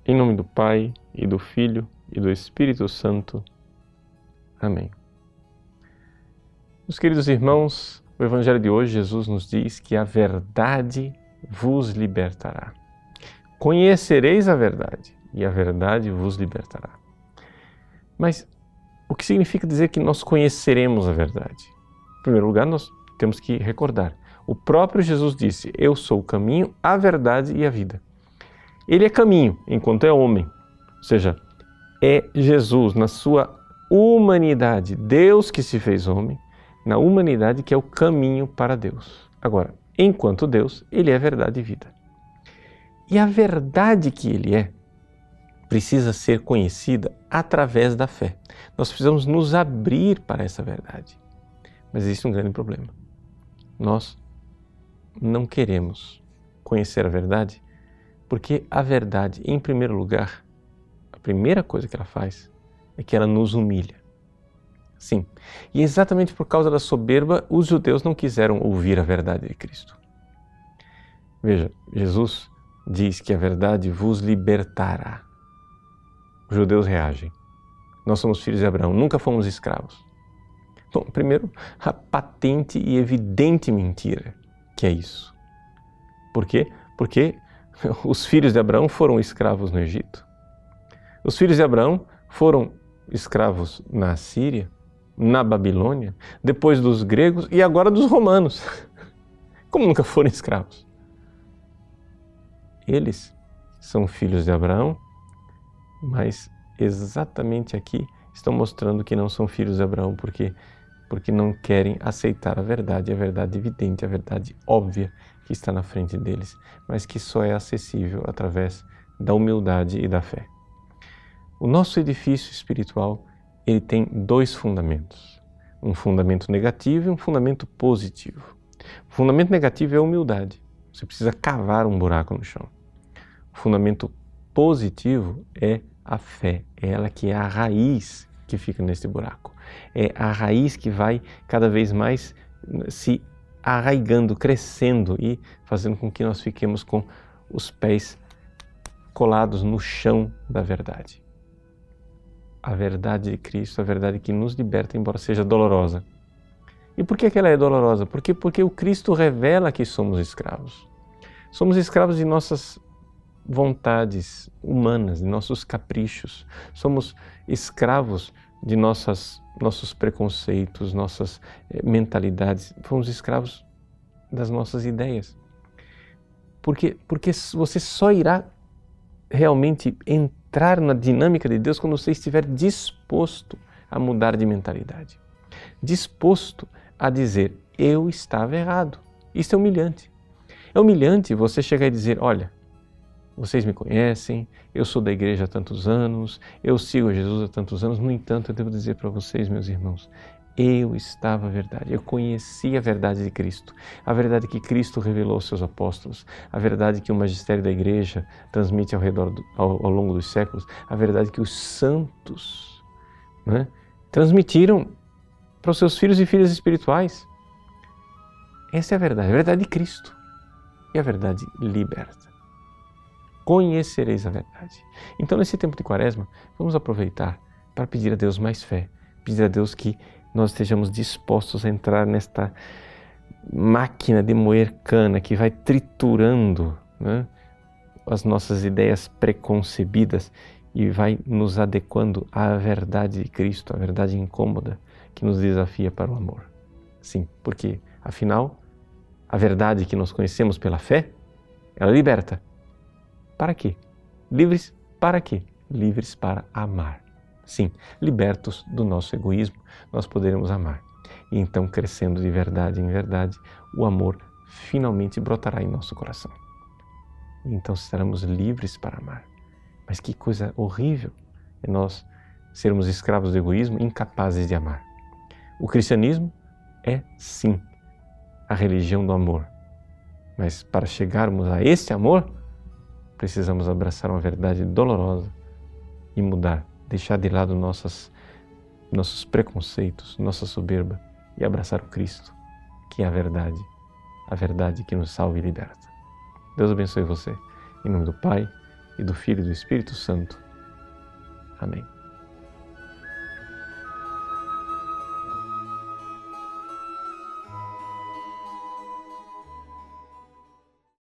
Em nome do Pai, e do Filho, e do Espírito Santo. Amém. Meus queridos irmãos, o Evangelho de hoje, Jesus nos diz que a verdade vos libertará. Conhecereis a verdade, e a verdade vos libertará. Mas o que significa dizer que nós conheceremos a verdade? Em primeiro lugar, nós temos que recordar. O próprio Jesus disse, eu sou o caminho, a verdade e a vida. Ele é caminho, enquanto é homem. Ou seja, é Jesus na sua humanidade, Deus que se fez homem, na humanidade que é o caminho para Deus. Agora, enquanto Deus, ele é verdade e vida. E a verdade que ele é, precisa ser conhecida através da fé. Nós precisamos nos abrir para essa verdade. Mas existe um grande problema. Nós não queremos conhecer a verdade porque a verdade, em primeiro lugar, a primeira coisa que ela faz é que ela nos humilha. Sim, e exatamente por causa da soberba, os judeus não quiseram ouvir a verdade de Cristo. Veja, Jesus diz que a verdade vos libertará. Os judeus reagem. Nós somos filhos de Abraão, nunca fomos escravos. Bom, primeiro, a patente e evidente mentira que é isso. Por quê? Porque os filhos de Abraão foram escravos no Egito. Os filhos de Abraão foram escravos na Síria, na Babilônia, depois dos gregos e agora dos romanos. Como nunca foram escravos? Eles são filhos de Abraão, mas exatamente aqui estão mostrando que não são filhos de Abraão, porque não querem aceitar a verdade evidente, a verdade óbvia que está na frente deles, mas que só é acessível através da humildade e da fé. O nosso edifício espiritual, ele tem dois fundamentos, um fundamento negativo e um fundamento positivo. O fundamento negativo é a humildade, você precisa cavar um buraco no chão. O fundamento positivo é a fé, é ela que é a raiz que fica nesse buraco. É a raiz que vai cada vez mais se arraigando, crescendo e fazendo com que nós fiquemos com os pés colados no chão da verdade. A verdade de Cristo, a verdade que nos liberta, embora seja dolorosa. E por que ela é dolorosa? Porque o Cristo revela que somos escravos. Somos escravos de nossas vontades humanas, de nossos caprichos. Somos escravos de nossos preconceitos, nossas mentalidades. Fomos escravos das nossas ideias. Porque você só irá realmente entrar na dinâmica de Deus quando você estiver disposto a mudar de mentalidade. Disposto a dizer, eu estava errado. Isso é humilhante. É humilhante você chegar e dizer, olha, vocês me conhecem, eu sou da igreja há tantos anos, eu sigo Jesus há tantos anos, no entanto, eu devo dizer para vocês, meus irmãos, eu estava a verdade, eu conheci a verdade de Cristo, a verdade que Cristo revelou aos seus apóstolos, a verdade que o magistério da igreja transmite ao longo dos séculos, a verdade que os santos transmitiram para os seus filhos e filhas espirituais. Essa é a verdade de Cristo, e a verdade liberta. Conhecereis a verdade. Então, nesse tempo de Quaresma, vamos aproveitar para pedir a Deus mais fé, pedir a Deus que nós estejamos dispostos a entrar nesta máquina de moer cana que vai triturando as nossas ideias preconcebidas e vai nos adequando à verdade de Cristo, à verdade incômoda que nos desafia para o amor. Sim, porque, afinal, a verdade que nós conhecemos pela fé, ela liberta. Para quê? Livres para quê? Livres para amar. Sim, libertos do nosso egoísmo, nós poderemos amar. E então, crescendo de verdade em verdade, o amor finalmente brotará em nosso coração. E então estaremos livres para amar. Mas que coisa horrível é nós sermos escravos do egoísmo, incapazes de amar. O cristianismo é, sim, a religião do amor. Mas para chegarmos a esse amor, precisamos abraçar uma verdade dolorosa e mudar, deixar de lado nossos preconceitos, nossa soberba e abraçar o Cristo, que é a verdade que nos salva e liberta. Deus abençoe você. Em nome do Pai, e do Filho e do Espírito Santo. Amém.